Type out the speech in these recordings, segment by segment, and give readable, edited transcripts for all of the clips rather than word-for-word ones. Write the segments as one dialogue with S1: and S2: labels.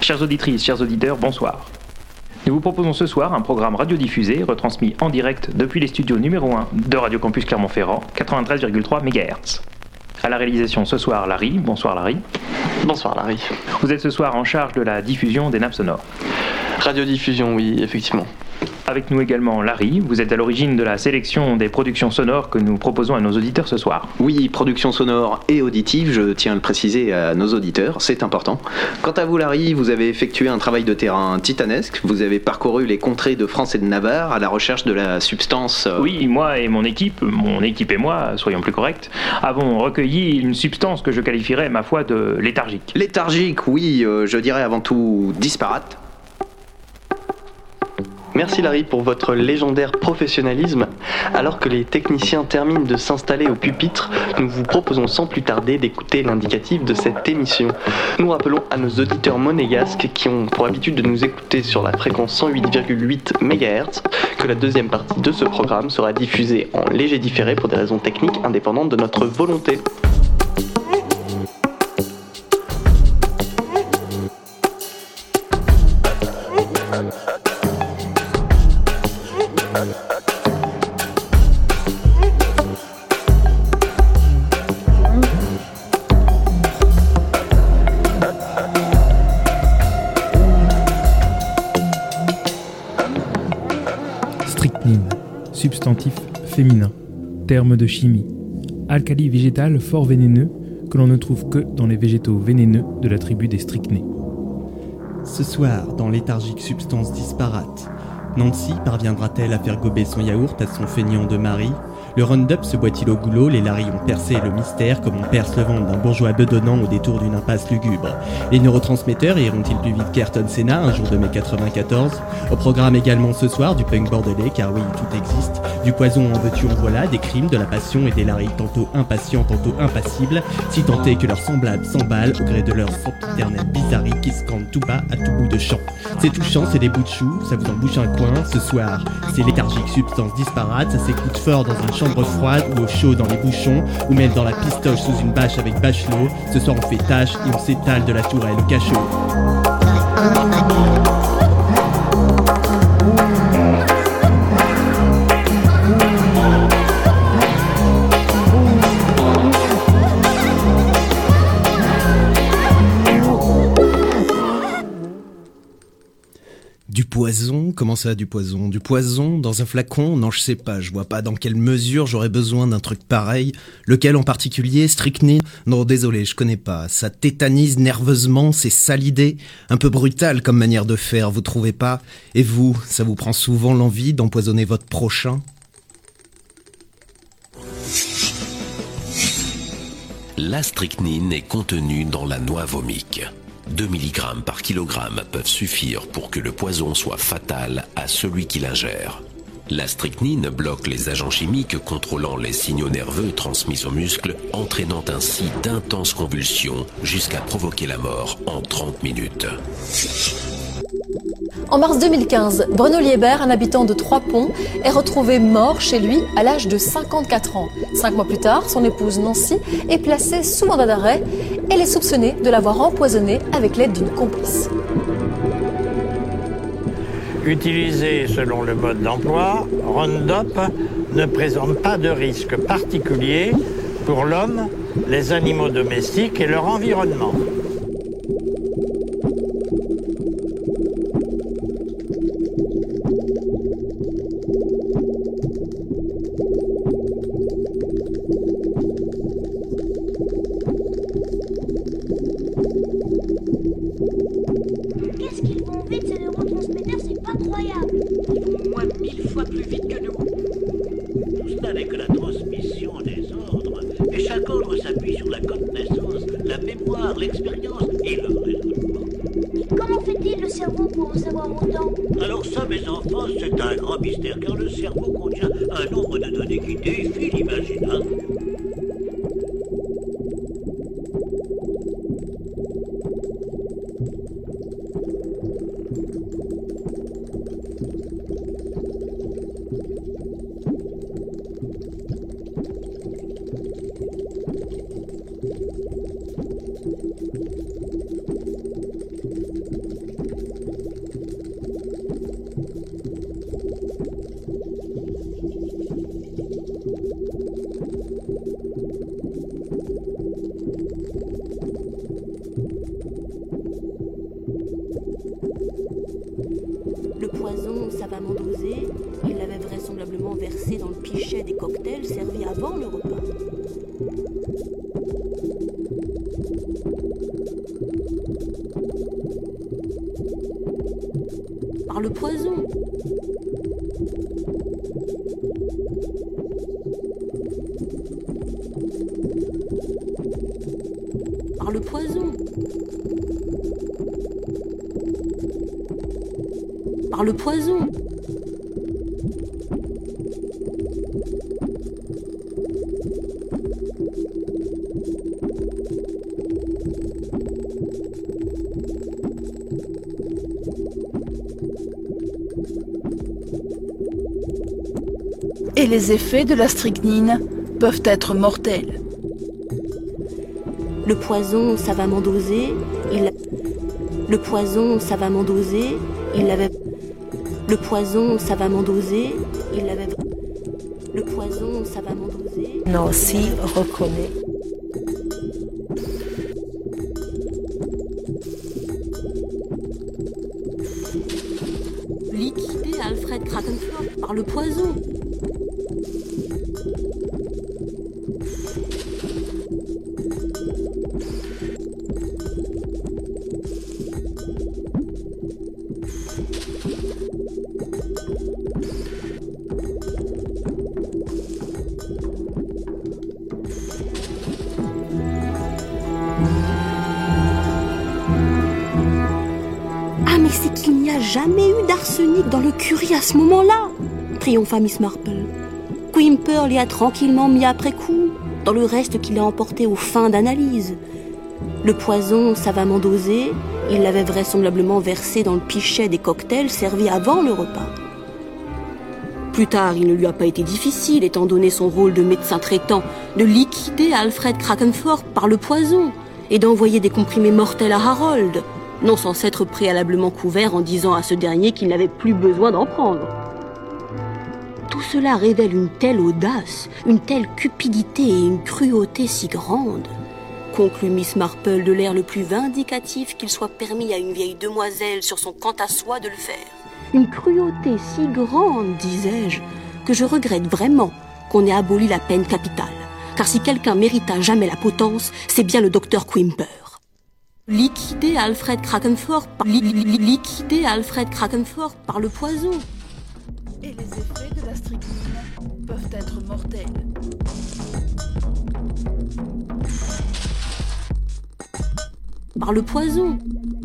S1: Chères auditrices, chers auditeurs, bonsoir. Nous vous proposons ce soir un programme radiodiffusé retransmis en direct depuis les studios numéro 1 de Radio Campus Clermont-Ferrand, 93,3 MHz. À la réalisation ce soir, Larry. Bonsoir Larry.
S2: Bonsoir Larry.
S1: Vous êtes ce soir en charge de la diffusion des nappes sonores.
S2: Radiodiffusion, oui, effectivement.
S1: Avec nous également Larry, vous êtes à l'origine de la sélection des productions sonores que nous proposons à nos auditeurs ce soir.
S3: Oui, production sonore et auditive, je tiens à le préciser à nos auditeurs, c'est important. Quant à vous Larry, vous avez effectué un travail de terrain titanesque, vous avez parcouru les contrées de France et de Navarre à la recherche de la substance...
S1: Oui, moi et mon équipe et moi, soyons plus corrects, avons recueilli une substance que je qualifierais, ma foi, de léthargique.
S3: Léthargique, oui, je dirais avant tout disparate.
S2: Merci Larry pour votre légendaire professionnalisme. Alors que les techniciens terminent de s'installer au pupitre, nous vous proposons sans plus tarder d'écouter l'indicatif de cette émission. Nous rappelons à nos auditeurs monégasques qui ont pour habitude de nous écouter sur la fréquence 108,8 MHz que la deuxième partie de ce programme sera diffusée en léger différé pour des raisons techniques indépendantes de notre volonté.
S4: Strychnine, substantif féminin, terme de chimie, alcali végétal fort vénéneux que l'on ne trouve que dans les végétaux vénéneux de la tribu des strychnés.
S5: Ce soir, dans Léthargique substance disparate, Nancy parviendra-t-elle à faire gober son yaourt à son feignant de mari ? Le Roundup se boit-il au goulot ? Les Larry ont percé le mystère comme on perce le ventre d'un bourgeois bedonnant au détour d'une impasse lugubre. Les neurotransmetteurs iront-ils plus vite qu'Ayrton Senna un jour de mai 94 ? Au programme également ce soir du punk bordelais, car oui, tout existe. Du poison en veux-tu en voilà, des crimes, de la passion et des Larry tantôt impatients, tantôt impassibles, si tant est que leurs semblables s'emballent au gré de leurs sempiternelles bizarreries qui scandent tout bas à tout bout de champ. C'est touchant, c'est des bouts de chou, ça vous en bouche un coin. Ce soir, c'est Léthargique substance disparate, ça s'écoute fort dans une chambre froide ou au chaud dans les bouchons, ou même dans la pistoche sous une bâche avec Bachelot. Ce soir on fait tâche et on s'étale de la tourelle au cachot.
S6: Du poison ? Comment ça, du poison ? Du poison dans un flacon ? Non, je sais pas, je vois pas dans quelle mesure j'aurais besoin d'un truc pareil. Lequel en particulier ? Strychnine ? Non, désolé, je connais pas. Ça tétanise nerveusement, c'est sale idée. Un peu brutal comme manière de faire, vous trouvez pas ? Et vous, ça vous prend souvent l'envie d'empoisonner votre prochain ?
S7: La strychnine est contenue dans la noix vomique. 2 mg par kilogramme peuvent suffire pour que le poison soit fatal à celui qui l'ingère. La strychnine bloque les agents chimiques contrôlant les signaux nerveux transmis aux muscles, entraînant ainsi d'intenses convulsions jusqu'à provoquer la mort en 30 minutes.
S8: En mars 2015, Bruno Liebert, un habitant de Trois-Ponts, est retrouvé mort chez lui à l'âge de 54 ans. 5 mois plus tard, son épouse Nancy est placée sous mandat d'arrêt. Elle est soupçonnée de l'avoir empoisonné avec l'aide d'une complice.
S9: Utilisé selon le mode d'emploi, Roundup ne présente pas de risque particulier pour l'homme, les animaux domestiques et leur environnement.
S10: Qu'est-ce qu'ils vont vite ces neurotransmetteurs, c'est pas croyable.
S11: Ils vont au moins 1000 fois plus vite que nous. Tout cela n'est que la transmission des ordres. Et chaque ordre s'appuie sur la connaissance, la mémoire, l'expérience et le raisonnement.
S10: Et comment fait-il le cerveau pour en savoir autant ?
S11: Alors ça, mes enfants, c'est un grand mystère, car le cerveau contient un nombre de données qui défie l'imagination.
S12: poison savamment dosé, il l'avait vraisemblablement versé dans le pichet des cocktails servis avant le repas. Par le poison. Par le poison. Par le poison.
S13: Et les effets de la strychnine peuvent être mortels.
S12: Le poison savamment dosé, le poison savamment dosé, il l'avait. Le poison savamment dosé, il l'avait. Le poison savamment dosé.
S13: Nancy reconnaît.
S12: Liquidé Alfred Krakenford par le poison. Ah, mais c'est qu'il n'y a jamais eu d'arsenic dans le curry à ce moment-là, triompha Miss Marple. Quimper l'y a tranquillement mis après coup, dans le reste qu'il a emporté aux fins d'analyse. Le poison savamment dosé, il l'avait vraisemblablement versé dans le pichet des cocktails servis avant le repas. Plus tard, il ne lui a pas été difficile, étant donné son rôle de médecin traitant, de liquider Alfred Krakenford par le poison et d'envoyer des comprimés mortels à Harold, non sans s'être préalablement couvert en disant à ce dernier qu'il n'avait plus besoin d'en prendre. Tout cela révèle une telle audace, une telle cupidité et une cruauté si grande, conclut Miss Marple de l'air le plus vindicatif qu'il soit permis à une vieille demoiselle sur son quant à soi de le faire. Une cruauté si grande, disais-je, que je regrette vraiment qu'on ait aboli la peine capitale, car si quelqu'un mérita jamais la potence, c'est bien le docteur Quimper. Liquider Alfred Krakenford par le poison.
S13: Et les effets de la strychnine peuvent être mortels.
S12: Par le poison.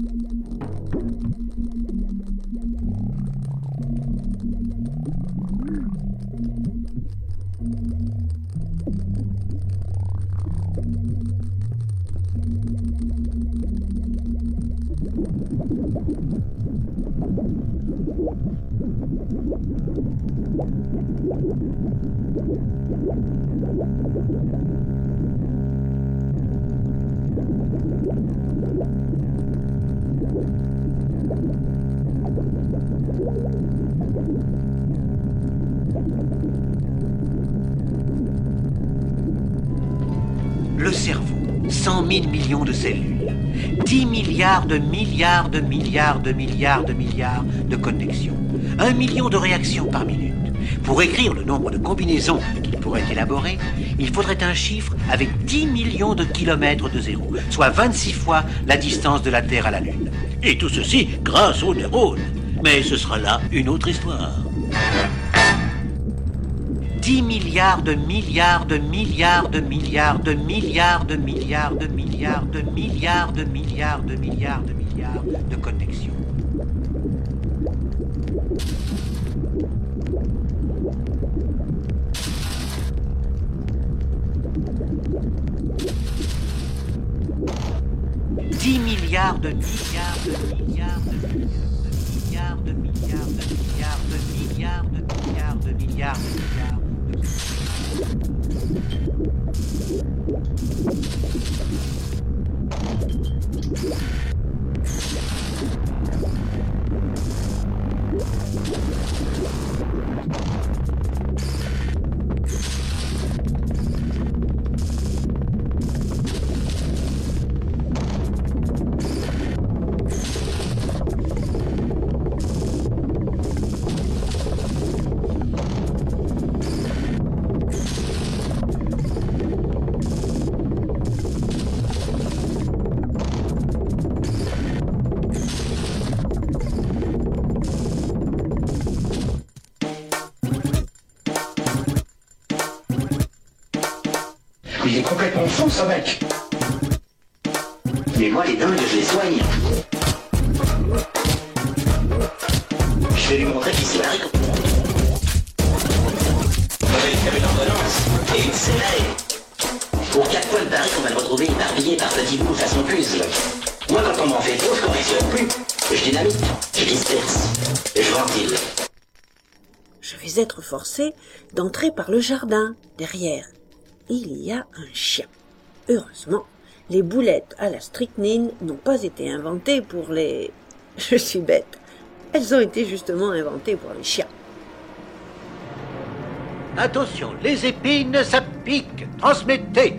S11: Le cerveau, 100 000 millions de cellules, 10 milliards de milliards de milliards de milliards de milliards de connexions, 1 million de réactions par minute. Pour écrire le nombre de combinaisons qu'il pourrait élaborer, il faudrait un chiffre avec 10 millions de kilomètres de zéro, soit 26 fois la distance de la Terre à la Lune. Et tout ceci grâce aux neurones. Mais ce sera là une autre histoire. 10 milliards de milliards de milliards de milliards de milliards de milliards de milliards de milliards de milliards de milliards de milliards de connexions. Milliards de milliards de milliards de milliards de milliards de milliards de milliards de milliards de milliards de milliards. 10
S14: confonds, ce mec. Mais moi, les dingues, je les soigne. Je vais lui montrer qu'il s'est barré comme moi. Il avait l'ordonnance et il s'est barré. Pour 4 fois le barré qu'on va le retrouver éparpillé par petits bouts façon puzzle. Moi, quand on m'en fait trop, je correctionne plus. Je dynamite, je disperse, je ventile.
S12: Je vais être forcé d'entrer par le jardin, derrière. Il y a un chien. Heureusement, les boulettes à la strychnine n'ont pas été inventées pour les... Je suis bête. Elles ont été justement inventées pour les chiens.
S11: Attention, les épines, ça pique. Transmettez.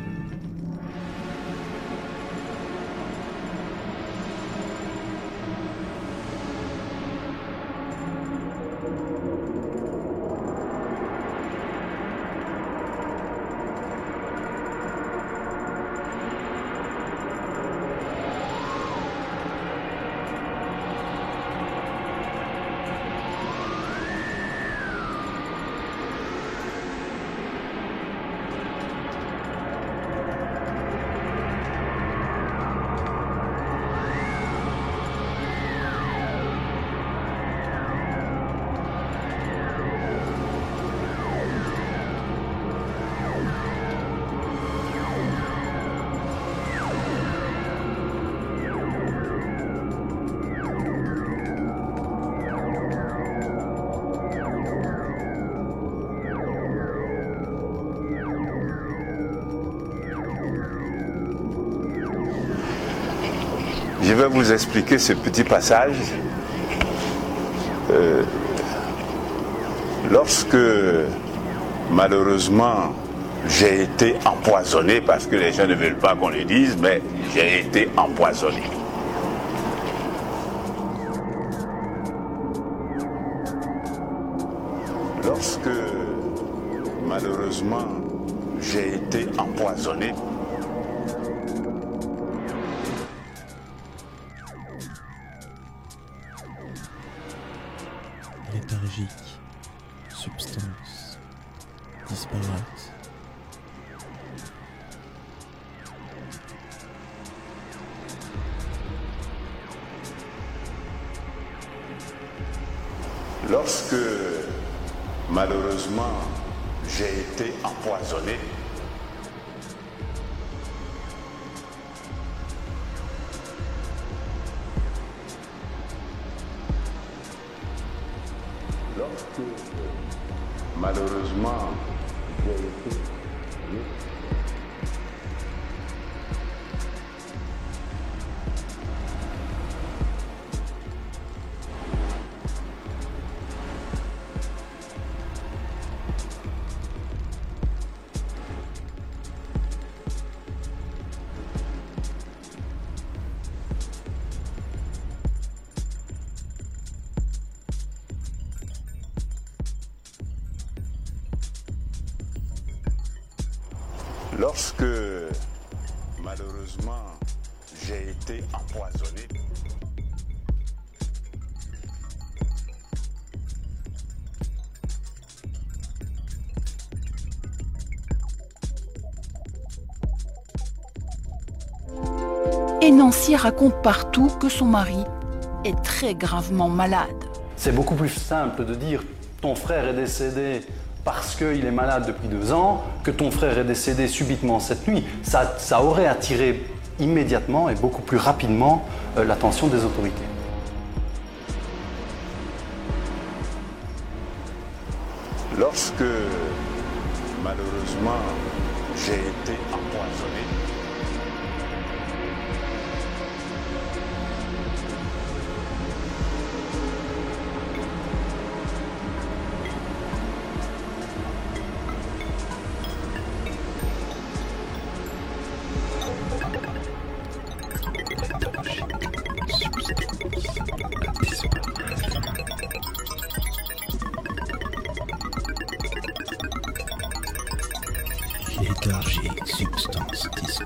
S15: Je vais vous expliquer ce petit passage. Lorsque, malheureusement, j'ai été empoisonné, parce que les gens ne veulent pas qu'on le dise, mais j'ai été empoisonné. Lorsque, malheureusement, j'ai été empoisonné,
S5: léthargique, substance, disparate.
S15: lorsque, malheureusement, j'ai été empoisonné, lorsque, malheureusement, j'ai été lorsque, malheureusement, j'ai été empoisonné.
S13: Et Nancy raconte partout que son mari est très gravement malade.
S16: C'est beaucoup plus simple de dire ton frère est décédé parce qu'il est malade depuis 2 ans, que ton frère est décédé subitement cette nuit. Ça aurait attiré immédiatement et beaucoup plus rapidement l'attention des autorités.
S15: Lorsque, malheureusement, j'ai été empoisonné,
S6: léthargique, substance disparate.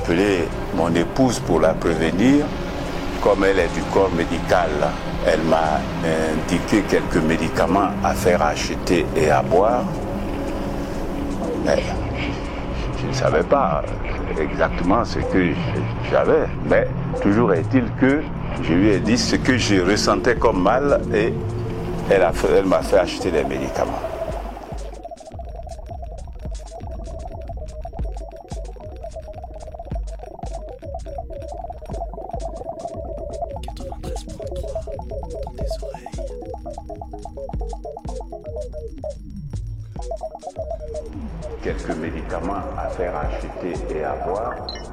S15: appelé mon épouse pour la prévenir. Comme elle est du corps médical, elle m'a indiqué quelques médicaments à faire acheter et à boire. Mais je ne savais pas exactement ce que j'avais. Mais toujours est-il que je lui ai dit ce que je ressentais comme mal et elle m'a fait acheter des médicaments. Quelques médicaments à faire acheter et à boire.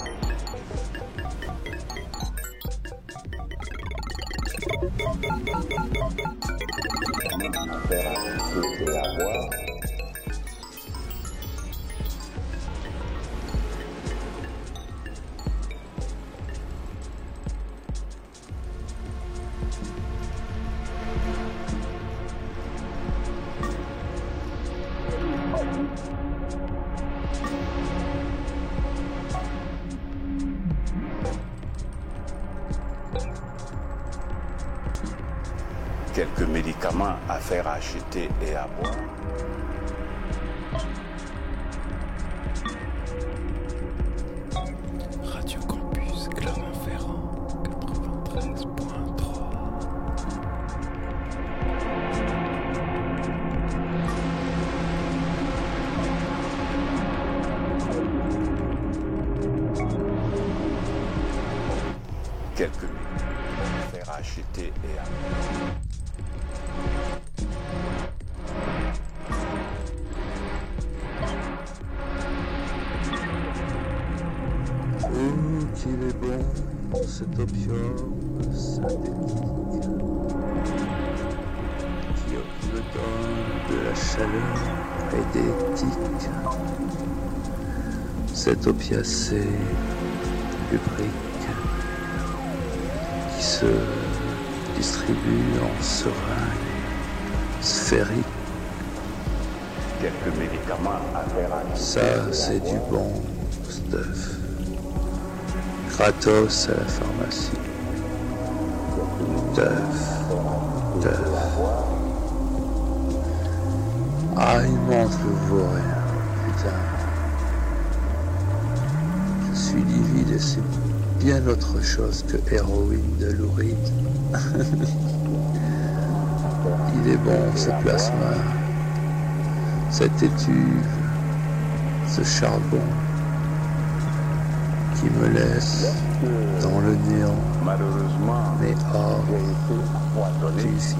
S15: Quelques médicaments à faire acheter et à boire.
S4: Radio Campus Clermont-Ferrand 93.3.
S15: Quelques médicaments à faire acheter et à boire.
S17: Qu'il est bon, cet opium synthétique qui me donne de la chaleur et des tics. Cet opiacé lubrique qui se distribue en seringue sphérique.
S15: Quelques médicaments à faire acheter.
S17: Ça, c'est du bon stuff. Gratos à la pharmacie. Teuf. Ah, il manque le vaut rien, putain. Je suis livide et c'est bien autre chose que héroïne de louride. Il est bon ce plasma, cette étuve, ce charbon qui me laisse dans le néant,
S15: malheureusement,
S17: mais hors du vide.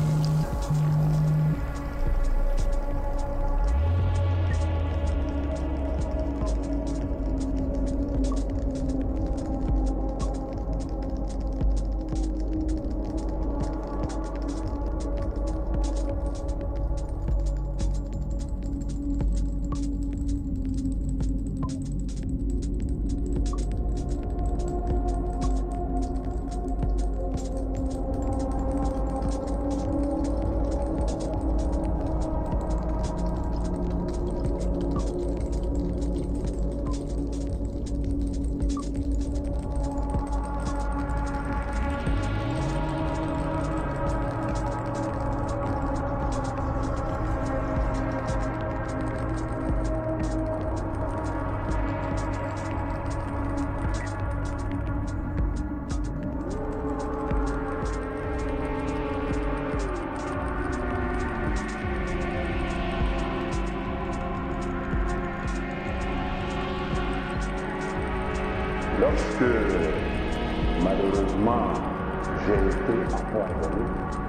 S15: Lorsque, malheureusement, j'ai été empoisonné,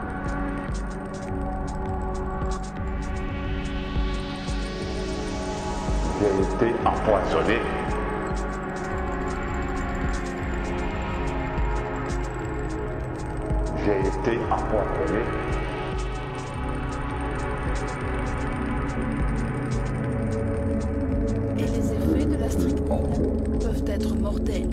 S15: J'ai été empoisonné.
S13: Et les effets de la strychnine peuvent être mortels.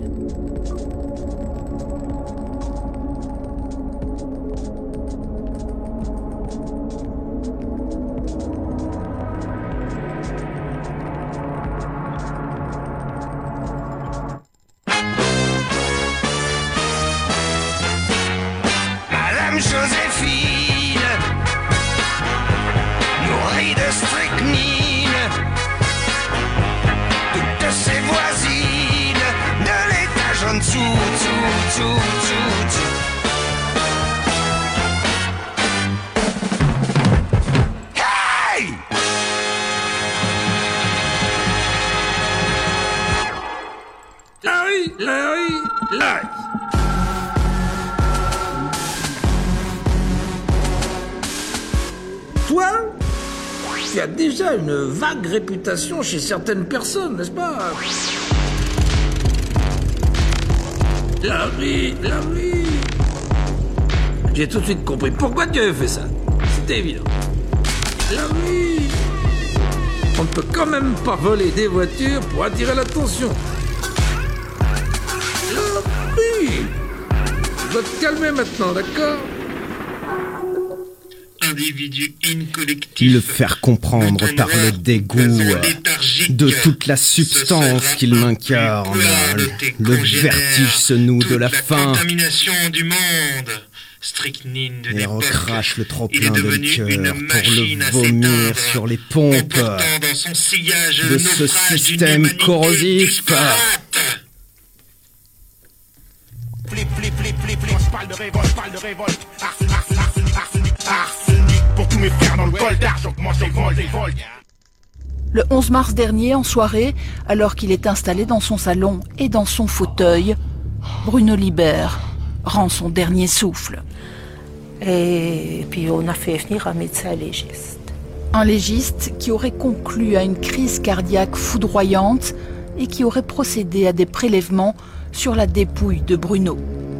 S18: Madame Joséphine, nourrie de strychnine, toutes ses voisines de l'étage en dessous, dessous. Hey!
S19: Larry. Toi, tu as déjà une vague réputation chez certaines personnes, n'est-ce pas? Larry. J'ai tout de suite compris pourquoi tu avais fait ça. C'était évident. Larry, on ne peut quand même pas voler des voitures pour attirer l'attention. Larry, tu dois te calmer maintenant, d'accord?
S20: Individu incollectif.
S6: Le faire comprendre par le dégoût de toute la substance qu'il incarne. Le vertige se noue de la faim.
S20: Contamination du monde. Strychnine de
S6: et
S20: l'époque.
S6: recrache le trop-plein de liqueur pour le vomir sur les pompes
S20: dans son sillage
S6: de ce système corrosif.
S18: Flip, je parle de révolte, arsenic, pour tous mes frères dans le col d'argent, moi j'ai vol.
S13: Le 11 mars dernier, en soirée, alors qu'il est installé dans son salon et dans son fauteuil, Bruno Libert rend son dernier souffle.
S21: Et puis on a fait venir un médecin légiste.
S13: Un légiste qui aurait conclu à une crise cardiaque foudroyante et qui aurait procédé à des prélèvements sur la dépouille de Bruno.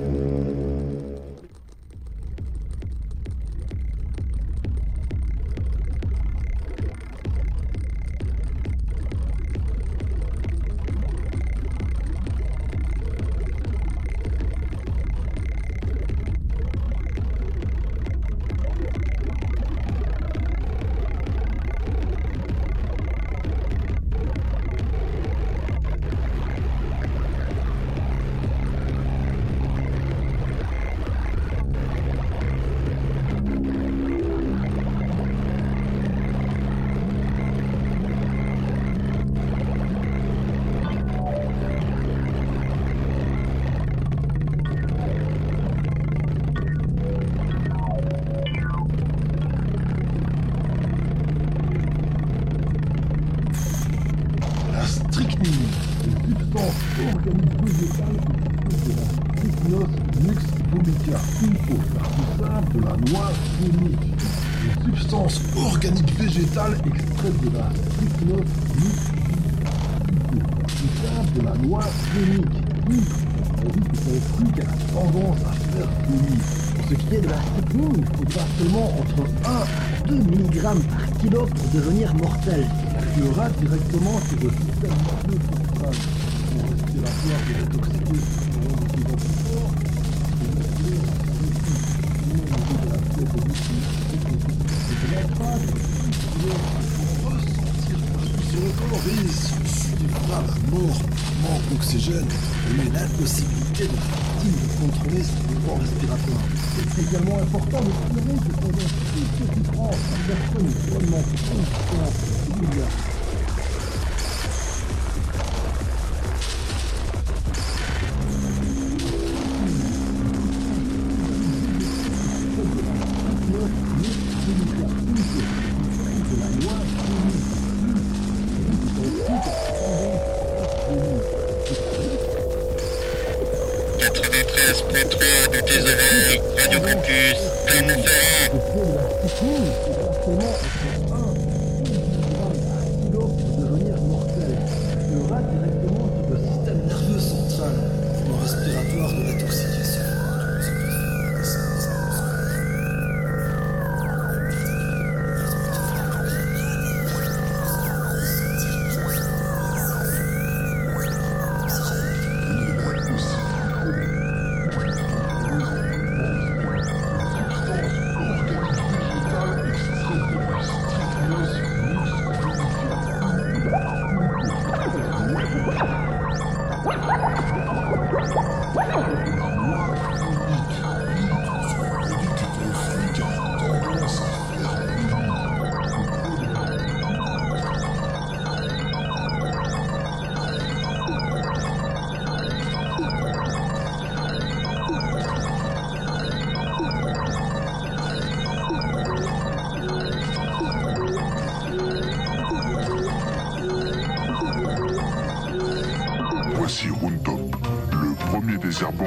S22: Substance organique végétale extraite de la strychnose de la noix phénique. On dit que c'est un fruit qui a tendance à faire vomir. Pour ce qui est de la strychnine, il faudra seulement entre 1 à 2 mg par kilo pour devenir mortel. Il fluera directement sur le système nerveux central. Son respiratoire est détoxiqué. Il suffira la mort, manque d'oxygène, mais l'impossibilité de la victime de contrôler son mouvement respiratoire. C'est également important de souligner que pendant tout ce qui prend la personne seulement consciente il y a
S20: de tes oreilles, Radio Campus,
S22: devenir mortel. Il fluera directement sur le système nerveux central, le respiratoire de l'intoxication.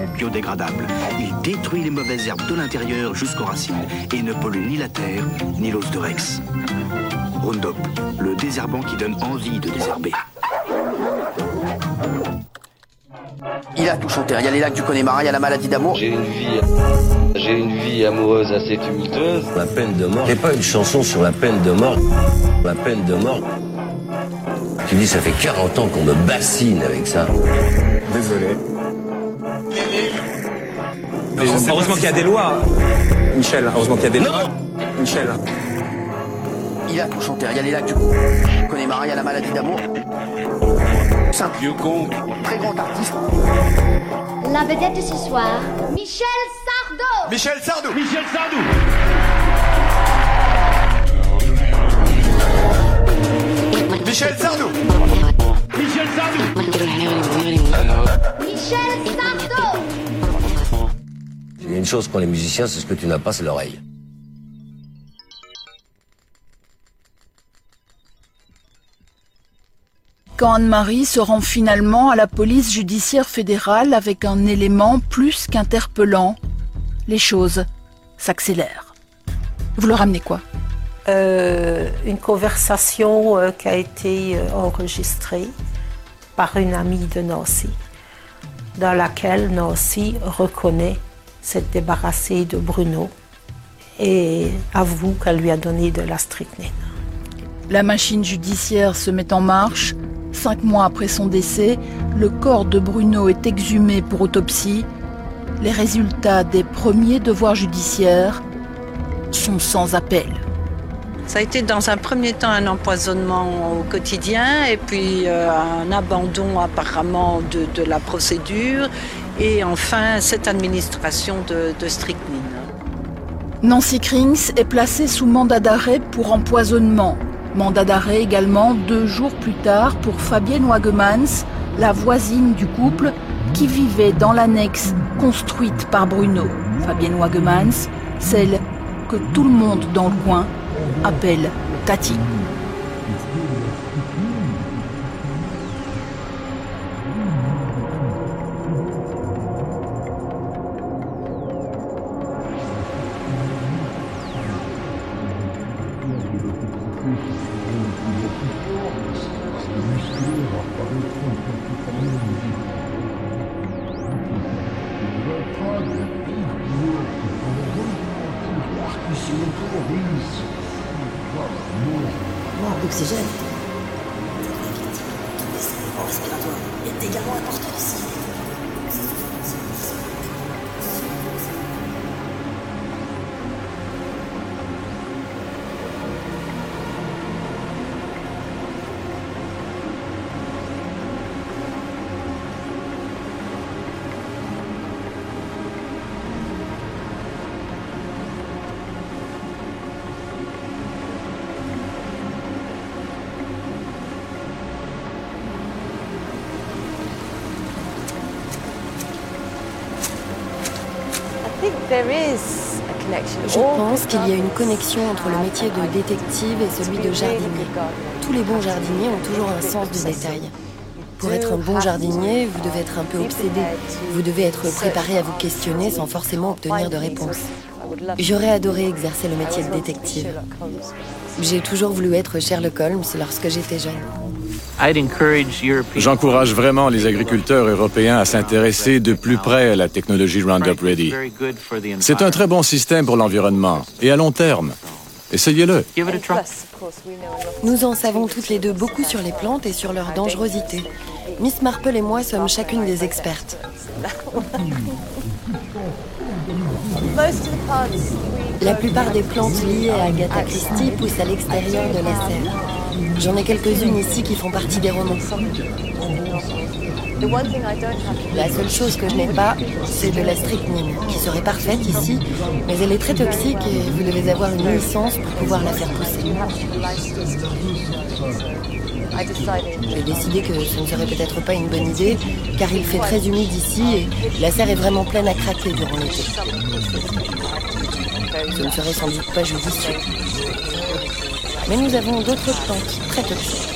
S1: biodégradable. Il détruit les mauvaises herbes de l'intérieur jusqu'aux racines et ne pollue ni la terre, ni l'os de Rex. Roundup, le désherbant qui donne envie de désherber.
S14: Il a tout chanté, il y a les lacs du Connemara, il y a la maladie d'amour.
S3: J'ai une vie amoureuse assez tumultueuse. La peine de mort. C'est pas une chanson sur la peine de mort. La peine de mort. Tu dis, ça fait 40 ans qu'on me bassine avec ça.
S23: Désolé. Heureusement qu'il y a des lois. Michel, heureusement qu'il y a des lois. Michel.
S14: Il a tout chanté, il y a les lacs du Connemara, il y a la maladie d'amour. Simple.
S23: Vieux con.
S14: Très grand artiste.
S10: La vedette de ce soir, Michel Sardou.
S23: Michel Sardou.
S18: Michel Sardou.
S23: Michel Sardou.
S18: Michel Sardou.
S10: Michel Sardou.
S3: Il y a une chose qu'ont les musiciens, c'est ce que tu n'as pas, c'est l'oreille.
S13: Quand Anne-Marie se rend finalement à la police judiciaire fédérale avec un élément plus qu'interpellant, les choses s'accélèrent. Vous leur ramenez quoi ?
S21: Une conversation qui a été enregistrée par une amie de Nancy, dans laquelle Nancy reconnaît s'être débarrassée de Bruno et avoue qu'elle lui a donné de la strychnine.
S13: La machine judiciaire se met en marche. 5 mois après son décès, le corps de Bruno est exhumé pour autopsie. Les résultats des premiers devoirs judiciaires sont sans appel.
S24: Ça a été dans un premier temps un empoisonnement au quotidien et puis un abandon apparemment de la procédure et enfin cette administration de strychnine.
S13: Nancy Krings est placée sous mandat d'arrêt pour empoisonnement. Mandat d'arrêt également 2 jours plus tard pour Fabienne Wagemans, la voisine du couple qui vivait dans l'annexe construite par Bruno. Fabienne Wagemans, celle que tout le monde dans le coin appelle Tati.
S25: L'oxygène respiratoire est également important aussi.
S26: Je pense qu'il y a une connexion entre le métier de détective et celui de jardinier. Tous les bons jardiniers ont toujours un sens du détail. Pour être un bon jardinier, vous devez être un peu obsédé. Vous devez être préparé à vous questionner sans forcément obtenir de réponse. J'aurais adoré exercer le métier de détective. J'ai toujours voulu être Sherlock Holmes lorsque j'étais jeune.
S27: J'encourage vraiment les agriculteurs européens à s'intéresser de plus près à la technologie Roundup Ready. C'est un très bon système pour l'environnement et à long terme. Essayez-le.
S26: Nous en savons toutes les deux beaucoup sur les plantes et sur leur dangerosité. Miss Marple et moi sommes chacune des expertes. La plupart des plantes liées à Agatha Christie poussent à l'extérieur de la serre. J'en ai quelques-unes ici qui font partie des romans. La seule chose que je n'ai pas, c'est de la strychnine, qui serait parfaite ici, mais elle est très toxique et vous devez avoir une licence pour pouvoir la faire pousser. J'ai décidé que ce ne serait peut-être pas une bonne idée, car il fait très humide ici et la serre est vraiment pleine à craquer durant l'été. Ce ne serait sans doute pas judicieux. Mais nous avons d'autres plantes très toxiques.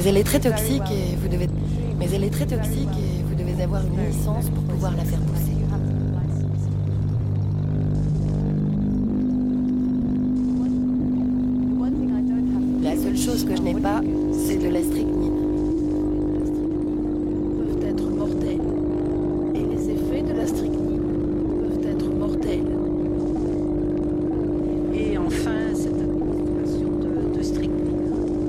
S26: Mais elle est très toxique et vous devez avoir une licence pour pouvoir la faire pousser. La seule chose que je n'ai pas, c'est de la strychnine.
S13: Peuvent être mortels. Et les effets de la strychnine peuvent être mortels.
S24: Et enfin, cette administration de strychnine.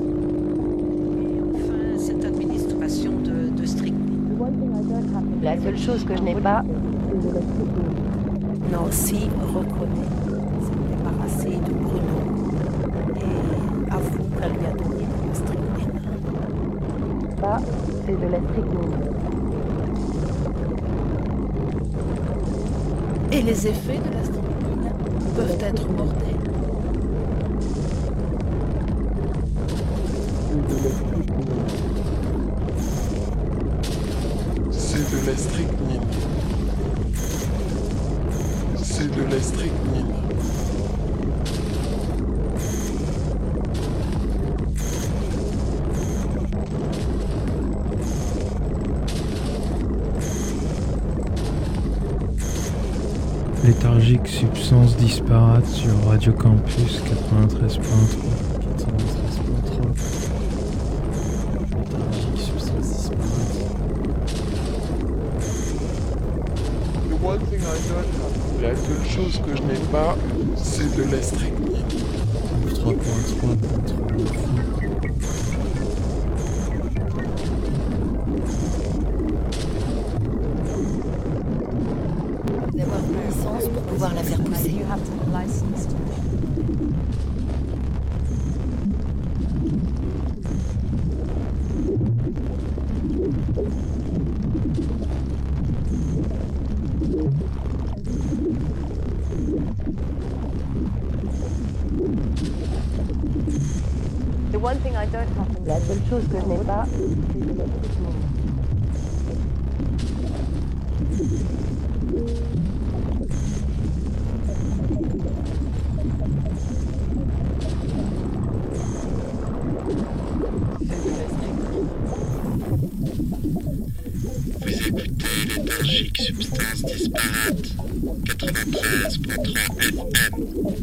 S26: La seule chose que je n'ai pas,
S21: Nancy reconnaît s'être débarrassée de Bruno et avoue qu'elle lui a donné de la strychnine.
S26: Ça, c'est de la strychnine.
S13: Et les effets de la strychnine peuvent être mortels.
S2: C'est de la strychnine. C'est de la strychnine.
S4: Léthargique, substance disparate sur Radio Campus 93.3. Léthargique, substance disparate.
S2: The one thing I don't have. La seule chose que je n'ai pas, c'est de la strychnine.
S4: 3.3.
S26: D'avoir une licence pour pouvoir la faire pousser. La seule chose que je n'ai pas, c'est de la strychnine.
S20: Vous écoutez Léthargique, substance disparate, 93.3 FM.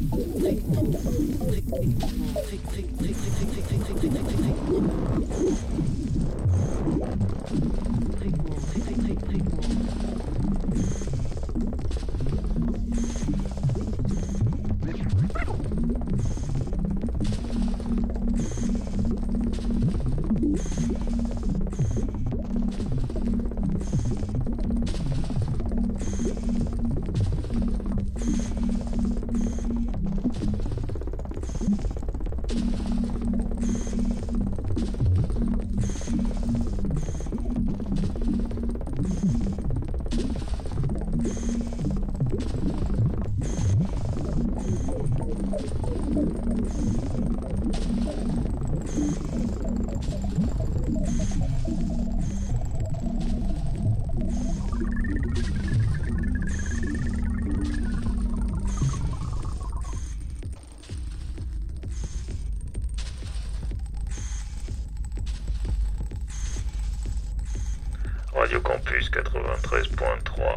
S20: Radio Campus 93.3.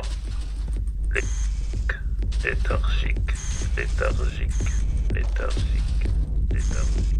S20: Léthargique, léthargique, léthargique, léthargique.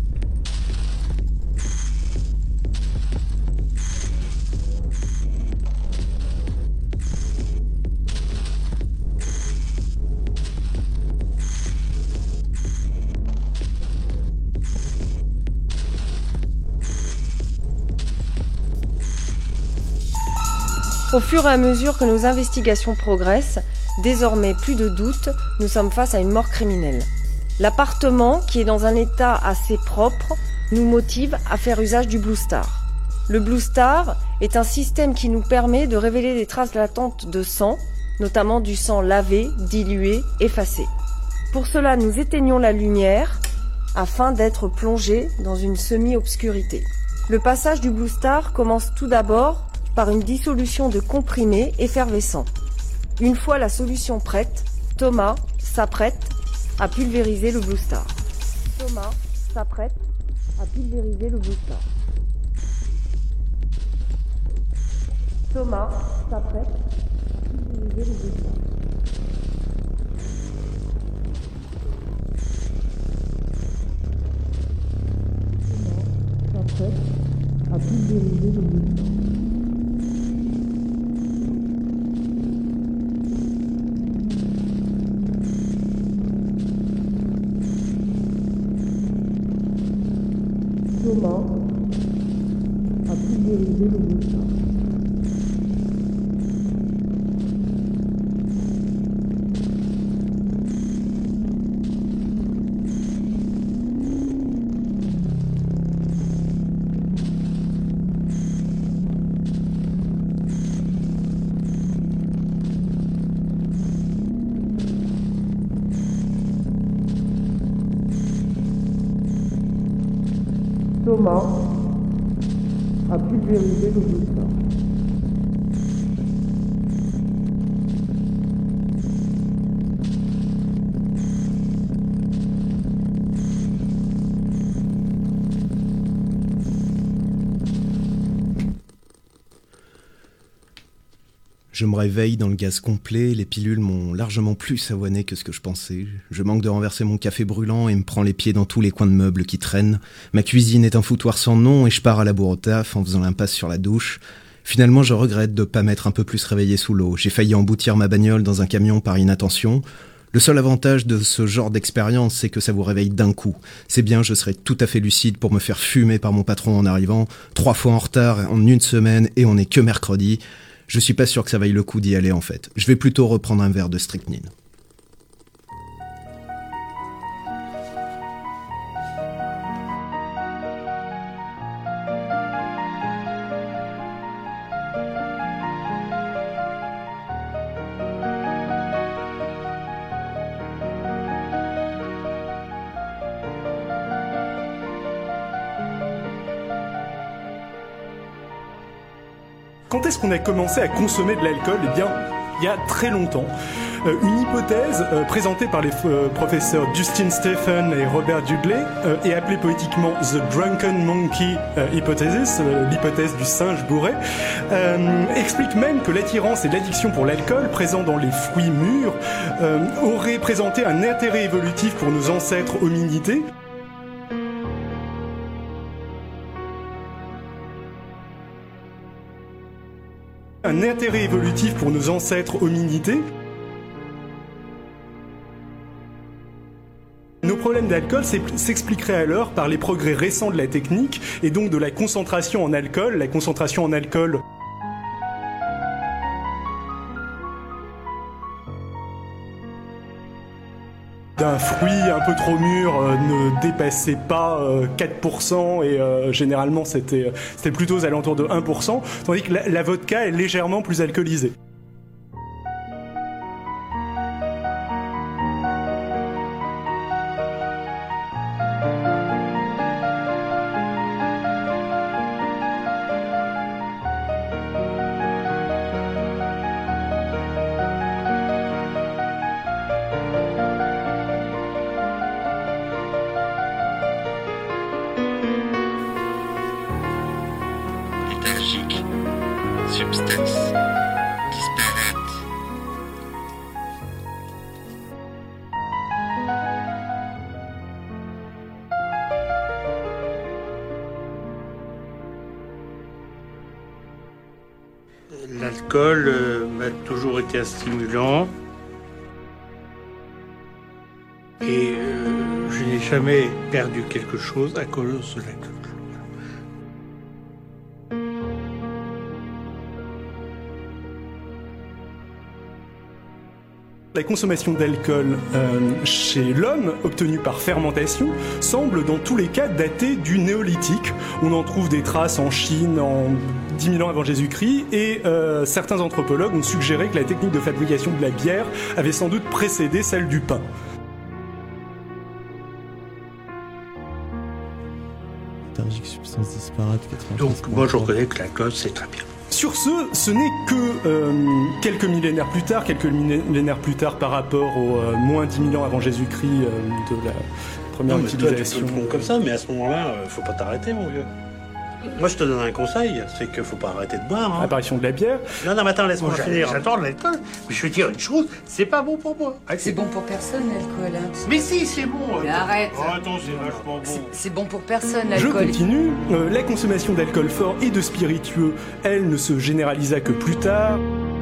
S26: Au fur et à mesure que nos investigations progressent, désormais plus de doute, nous sommes face à une mort criminelle. L'appartement, qui est dans un état assez propre, nous motive à faire usage du Blue Star. Le Blue Star est un système qui nous permet de révéler des traces latentes de sang, notamment du sang lavé, dilué, effacé. Pour cela, nous éteignons la lumière afin d'être plongés dans une semi-obscurité. Le passage du Blue Star commence tout d'abord par une dissolution de comprimés effervescents. Une fois la solution prête, Thomas s'apprête à pulvériser le Blue Star. Thomas s'apprête à pulvériser le Blue Star.
S21: Thomas s'apprête à diriger les études. À pulvériser le mouvement. Thomas a pulvérisé le mouvement. Thomas a pulvérisé le mouvement.
S6: Je me réveille dans le gaz complet, les pilules m'ont largement plus savonné que ce que je pensais. Je manque de renverser mon café brûlant et me prends les pieds dans tous les coins de meubles qui traînent. Ma cuisine est un foutoir sans nom et je pars à la bourre au taf en faisant l'impasse sur la douche. Finalement, je regrette de pas m'être un peu plus réveillé sous l'eau. J'ai failli emboutir ma bagnole dans un camion par inattention. Le seul avantage de ce genre d'expérience, c'est que ça vous réveille d'un coup. C'est bien, je serai tout à fait lucide pour me faire fumer par mon patron en arrivant, 3 fois en retard en une semaine et on n'est que mercredi. Je suis pas sûr que ça vaille le coup d'y aller en fait. Je vais plutôt reprendre un verre de strychnine.
S5: Quand est-ce qu'on a commencé à consommer de l'alcool ? Eh bien, il y a très longtemps. Une hypothèse présentée par les professeurs Justin Stephen et Robert Dudley et appelée poétiquement The Drunken Monkey Hypothesis, l'hypothèse du singe bourré, explique même que l'attirance et l'addiction pour l'alcool présent dans les fruits mûrs aurait présenté un intérêt évolutif pour nos ancêtres hominidés. Un intérêt évolutif pour nos ancêtres hominidés. Nos problèmes d'alcool s'expliqueraient alors par les progrès récents de la technique et donc de la concentration en alcool. La concentration en alcool d'un fruit un peu trop mûr ne dépassait pas 4% et généralement c'était plutôt aux alentours de 1%, tandis que la vodka est légèrement plus alcoolisée.
S20: Substance disparate.
S7: L'alcool m'a toujours été un stimulant et je n'ai jamais perdu quelque chose à cause de l'alcool.
S5: La consommation d'alcool chez l'homme, obtenue par fermentation, semble dans tous les cas datée du néolithique. On en trouve des traces en Chine en 10 000 ans avant Jésus-Christ et certains anthropologues ont suggéré que la technique de fabrication de la bière avait sans doute précédé celle du pain.
S8: Substance disparate, 93.
S7: Donc moi je reconnais que l'alcool c'est très bien.
S5: Sur ce n'est que quelques millénaires plus tard par rapport aux moins 10 000 ans avant Jésus-Christ de la première utilisation.
S7: Toi, tu peux le prendre comme ça, mais à ce moment-là, faut pas t'arrêter, mon vieux. Moi, je te donne un conseil, c'est qu'il faut pas arrêter de boire. Hein.
S5: Apparition de la bière.
S7: Non, mais attends, laisse-moi finir. J'adore l'alcool. Mais je vais te dire une chose, c'est pas bon pour moi.
S9: C'est bon pour personne, l'alcool. Hein.
S7: Mais si, c'est bon.
S9: Mais arrête.
S7: Oh, attends, c'est vachement bon.
S9: C'est bon pour personne,
S5: Je
S9: l'alcool.
S5: continue. La consommation d'alcool fort et de spiritueux, elle ne se généralisa que plus tard.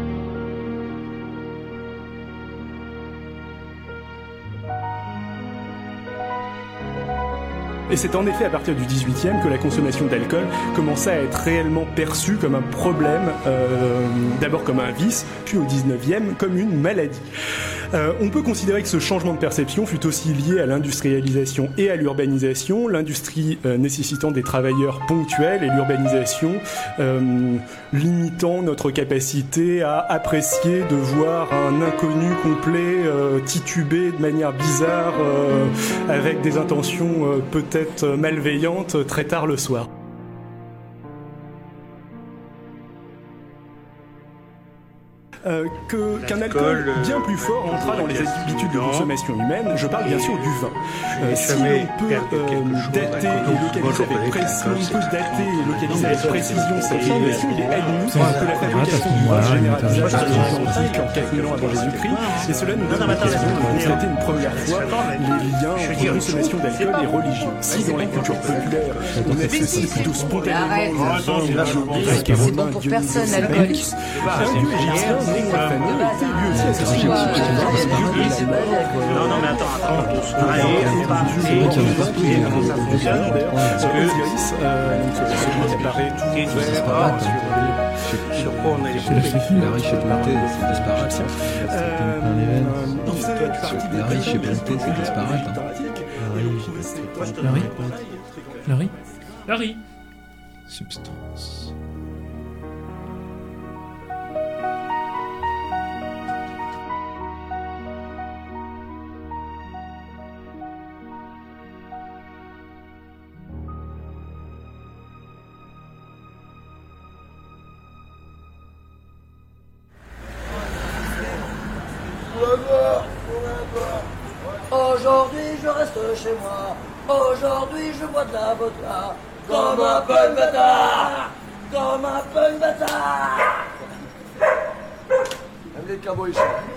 S5: Et c'est en effet à partir du 18e que la consommation d'alcool commença à être réellement perçue comme un problème, d'abord comme un vice, puis au 19e comme une maladie. On peut considérer que ce changement de perception fut aussi lié à l'industrialisation et à l'urbanisation, l'industrie nécessitant des travailleurs ponctuels et l'urbanisation limitant notre capacité à apprécier de voir un inconnu complet tituber de manière bizarre avec des intentions peut-être malveillantes très tard le soir. Qu'un alcool bien plus fort entra dans les habitudes de consommation humaine, je parle bien sûr du vin. Si on peut dater et localiser avec précision cette formation, il est admis que la fabrication du vin généralisée par les antiques en 4000 ans avant Jésus-Christ, et cela nous donne l'occasion de constater une première fois les liens entre consommation d'alcool et religion. Si dans la culture populaire, on associe plutôt spontanément
S9: c'est bon pour personne, l'alcool.
S7: Non, mais attends.
S8: La riche et bonté, c'est disparate. La riche et bonté, c'est disparate.
S4: Larry
S8: Substance.
S22: Aujourd'hui je reste chez moi. Aujourd'hui je bois de la vodka. Comme un peu bâtard. Comme un peu bâtard. Même les cowboys.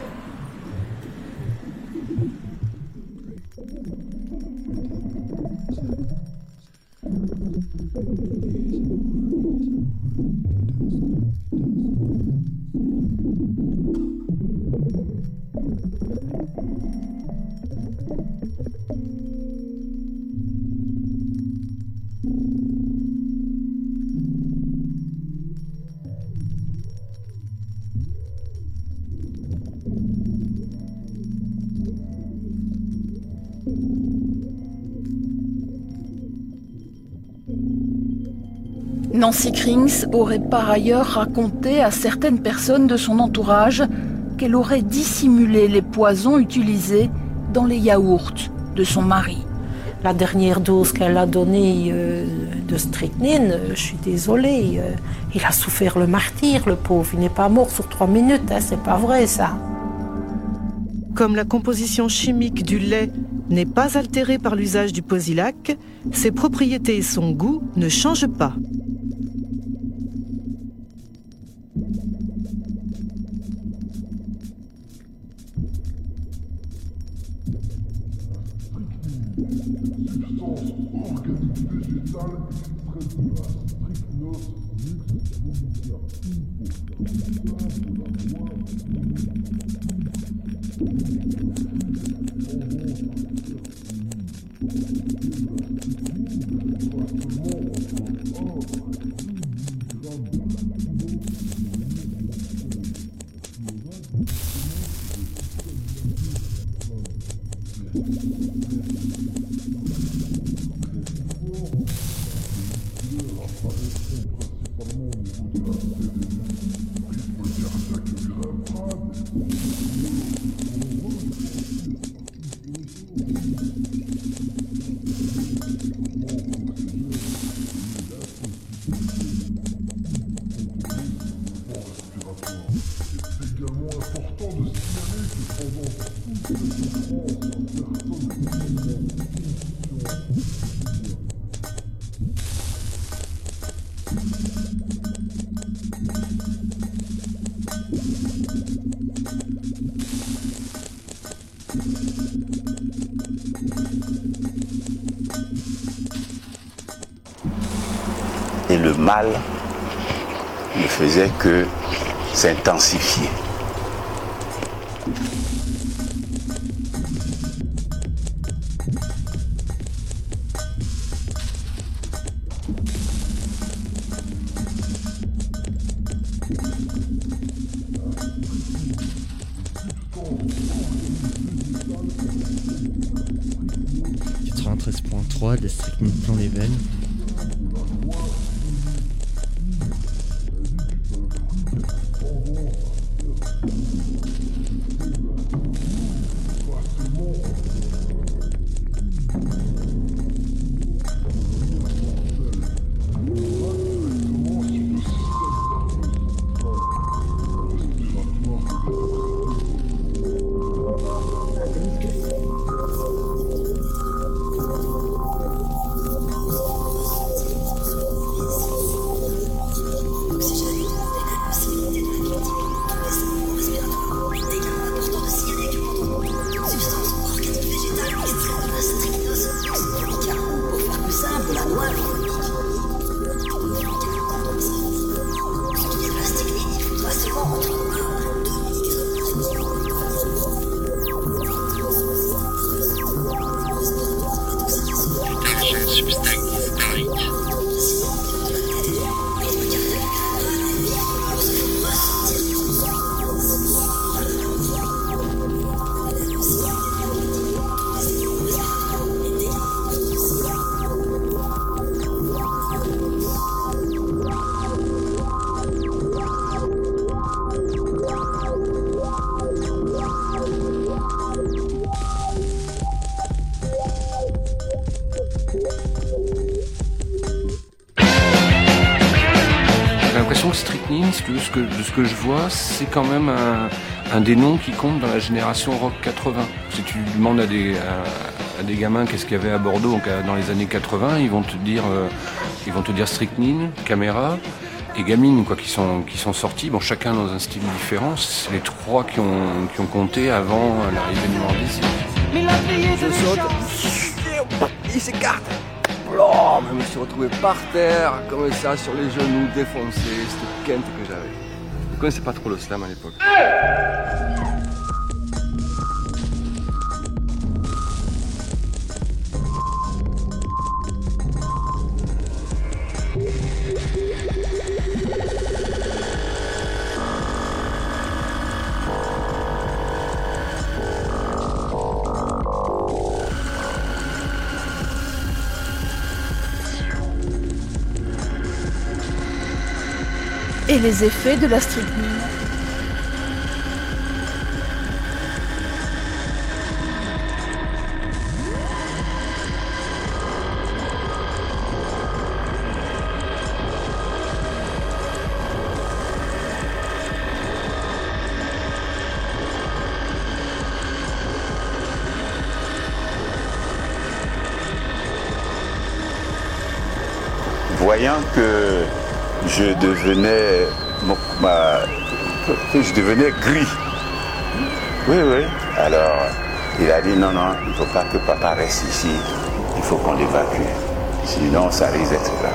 S13: Nancy Krings aurait par ailleurs raconté à certaines personnes de son entourage qu'elle aurait dissimulé les poisons utilisés dans les yaourts de son mari.
S21: La dernière dose qu'elle a donnée de strychnine, je suis désolée, il a souffert le martyre, le pauvre. Il n'est pas mort sur 3 minutes, hein, c'est pas vrai ça.
S11: Comme la composition chimique du lait n'est pas altérée par l'usage du Posilac, ses propriétés et son goût ne changent pas.
S22: important de signaler que pendant toute cette souffrance, personne ne
S1: Et le mal ne faisait que s'intensifier.
S6: de la strychnine plein les veines.
S12: Strychnine, de ce que je vois, c'est quand même un des noms qui compte dans la génération rock 80. Si tu demandes à des gamins qu'est-ce qu'il y avait à Bordeaux dans les années 80, ils vont te dire Strychnine, Caméra et Gamine, quoi, qui sont sortis. Bon, chacun dans un style différent. C'est les trois qui ont compté avant l'arrivée du Mordis.
S14: Je saute, il s'écarte. Oh, je me suis retrouvé par terre, comme ça, sur les genoux, défoncé. C'était Kent que j'avais. Je ne connaissais pas trop le slam à l'époque.
S13: Et les effets de la strychnine.
S1: Voyant que je devenais gris. Oui. Alors, il a dit non, il ne faut pas que papa reste ici. Il faut qu'on l'évacue. Sinon, ça risque d'être là.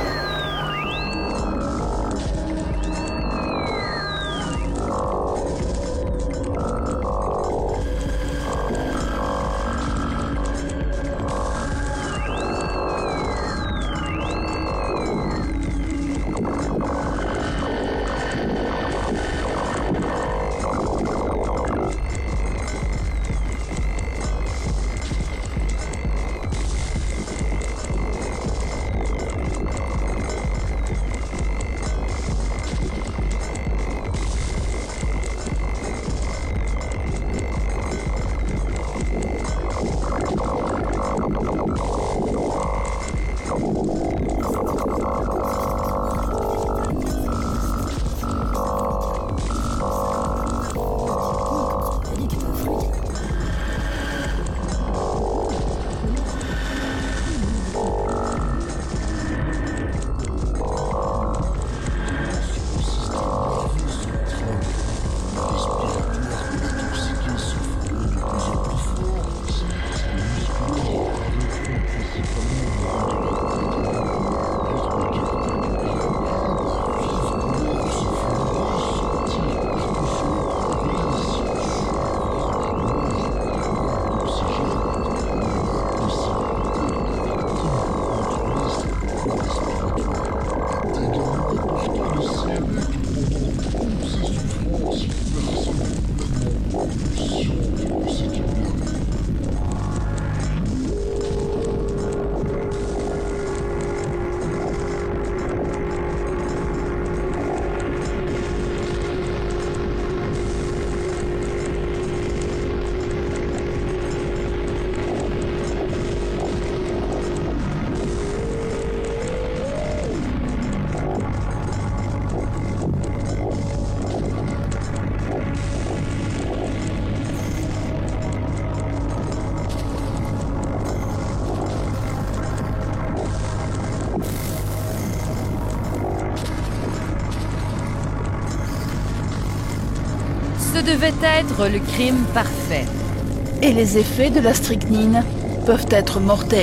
S10: devait être le crime parfait.
S13: Et les effets de la strychnine peuvent être mortels.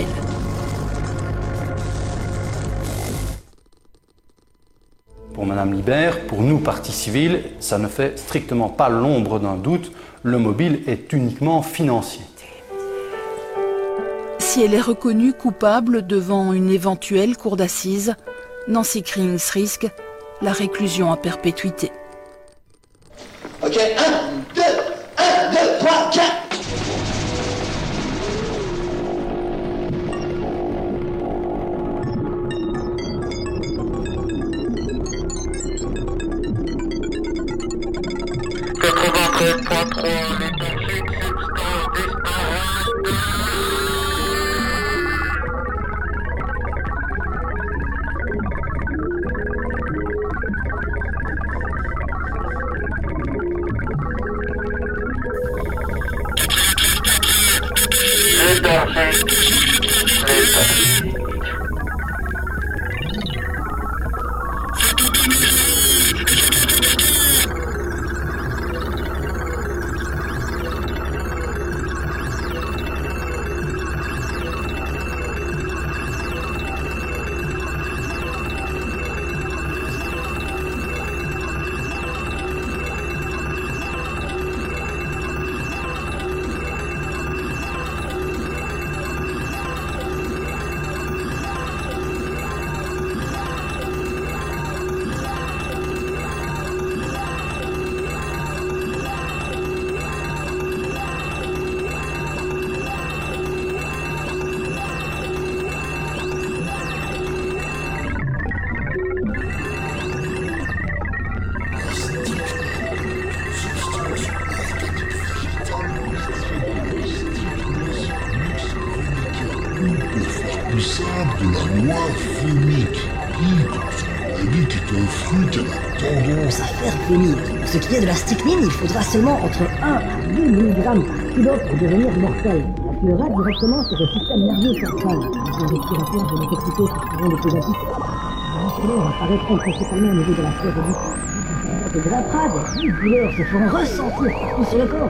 S15: Pour Madame Libert, pour nous, partie civile, ça ne fait strictement pas l'ombre d'un doute. Le mobile est uniquement financier.
S13: Si elle est reconnue coupable devant une éventuelle cour d'assises, Nancy Krings risque la réclusion à perpétuité.
S22: Ok, 1, 2, 3, 4.
S16: Responsable de la loi phonique. Elle dit que c'est un fruit qui a la tendance
S25: à faire venir. Pour ce qui est de la strychnine, il faudra seulement entre 1 à 2 mg par kilo pour devenir mortel. Elle tuera directement sur le système nerveux central. Les respirateurs de l'intoxicité seront les plus actifs. Les douleurs apparaîtront principalement au niveau de la cérébrale. Les grattrades, les douleurs se feront ressentir partout sur le corps.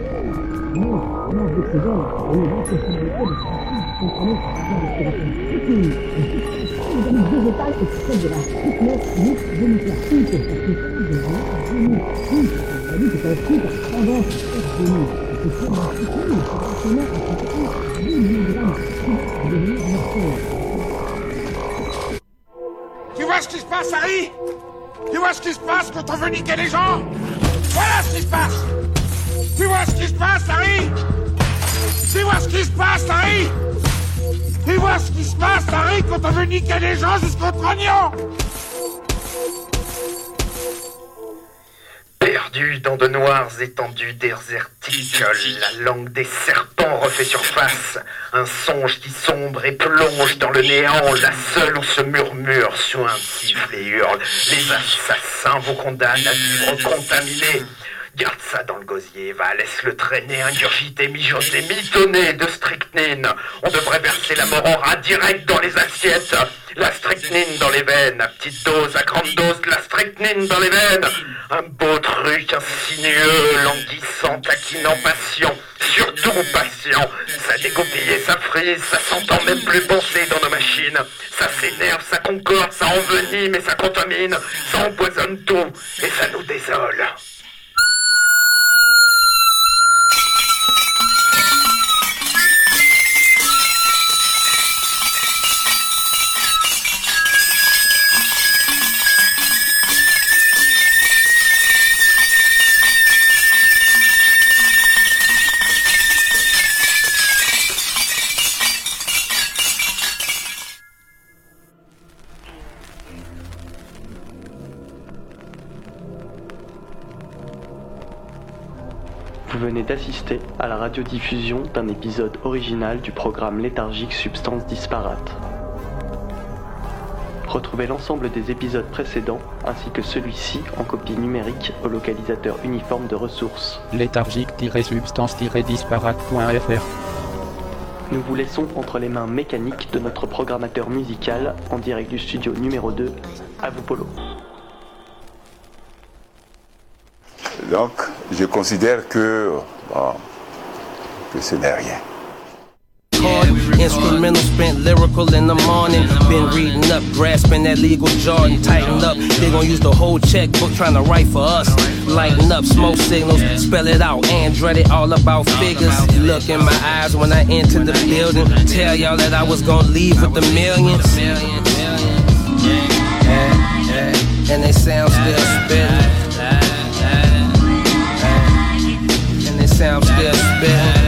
S25: Non, d'oxygène et une grande possibilité de comprenez la respiration. L'organisme végétal excède de la strychnine de nucléaire. Parce que de la strychnine, elle dit que c'est un fruit à tendance à faire venir. Et que sur la strychnine, il faudra seulement entre 10 mg pour devenir mortel.
S17: Tu vois ce qui se passe, Harry? Tu vois ce qui se passe quand on veut niquer les gens? Voilà ce qui se passe! Tu vois ce qui se passe, Harry? Tu vois ce qui se passe, Harry? Tu vois ce qui se passe, Harry, quand on veut niquer les gens jusqu'au trognon?
S18: Perdu dans de noires étendues désertiques, la langue des serpents refait surface. Un songe qui sombre et plonge dans le néant, la seule où se murmure, siffle et hurle. Les assassins vous condamnent à vivre contaminés. Garde ça dans le gosier, va, laisse-le traîner, ingurgité, mijoter, mitonner de strychnine. On devrait verser la mort en rat direct dans les assiettes. La strychnine dans les veines, à petite dose, à grande dose, la strychnine dans les veines. Un beau truc insinueux, languissant, taquinant, patient, surtout patient. Ça dégoupille et ça frise, ça s'entend même plus penser dans nos machines. Ça s'énerve, ça concorde, ça envenime et ça contamine, ça empoisonne tout et ça nous désole.
S19: Vous venez d'assister à la radiodiffusion d'un épisode original du programme léthargique Substances disparates. Retrouvez l'ensemble des épisodes précédents ainsi que celui-ci en copie numérique au localisateur uniforme de ressources
S23: léthargique-substance-disparate.fr.
S19: Nous vous laissons entre les mains mécaniques de notre programmateur musical en direct du studio numéro 2. À vous, Polo.
S1: Donc, je considère que ce n'est rien.
S2: Instrumental spent lyrical in the morning. Been reading up, grasping that legal jargon. Tighten up, they gon' use the whole checkbook trying to write for us. Lighten up, smoke signals, spell it out. Andretti, all about figures. Look in my eyes when I enter the building. Tell y'all that I was gon' leave with the millions. And they say I'm still spitting. And they say I'm still spitting.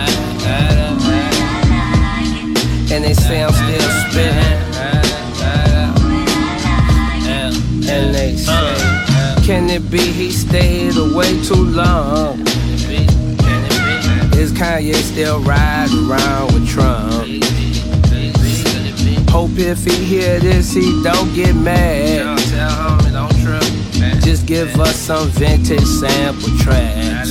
S2: And they say I'm still spitting. And they say, can it be he stayed away too long? Is Kanye still riding around with Trump? Hope if he hear this, he don't get mad. Tell homie, don't trip. Just give us some vintage sample tracks.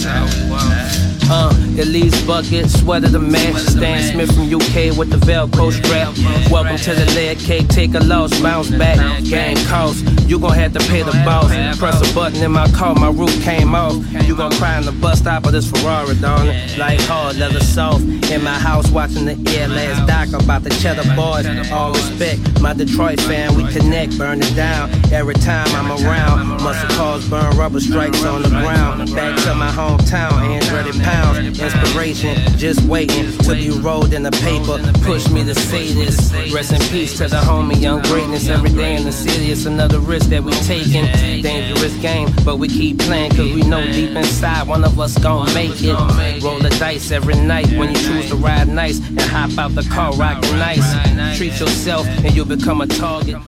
S2: Elise Bucket, sweater the match. Stan Smith from UK with the Velcro strap. Welcome to the lead cake, take a loss, bounce back. Game cost, you gon' have to pay the boss. Press a button in my car, my roof came off. You gon' cry in the bus stop of this Ferrari, darling. Like hard, leather soft. In my house watching the air last doc about the Cheddar Boys. All respect, my Detroit fan, we connect, burn it down. Every time I'm around, muscle cars burn rubber stripes on the ground. Back to my hometown, Andretti pounds. Inspiration, just waiting to be rolled in the paper. Push me to say this. Rest in peace to the homie, young greatness. Every day in the city, it's another risk that we taking. Dangerous game, but we keep playing, cause we know deep inside one of us gon' make it. Roll the dice every night when you choose to ride nice and hop out the car rockin' nice. Treat yourself and you'll become a target.